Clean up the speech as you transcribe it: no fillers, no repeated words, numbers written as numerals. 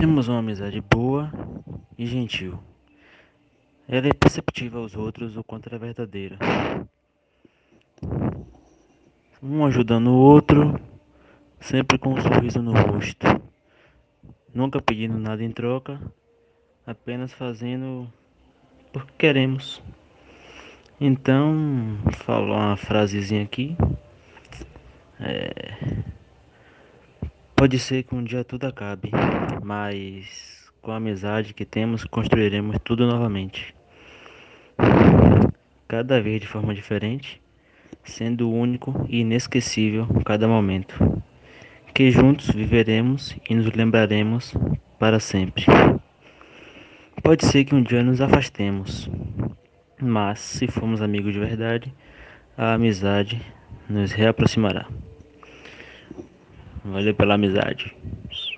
Temos uma amizade boa e gentil. Ela é perceptível aos outros o quanto ela é verdadeira. Um ajudando o outro, sempre com um sorriso no rosto. Nunca pedindo nada em troca, apenas fazendo porque queremos. Então, falar uma frasezinha aqui. Pode ser que um dia tudo acabe, mas com a amizade que temos, construiremos tudo novamente. Cada vez de forma diferente, sendo único e inesquecível cada momento, que juntos viveremos e nos lembraremos para sempre. Pode ser que um dia nos afastemos, mas se formos amigos de verdade, a amizade nos reaproximará. Valeu pela amizade.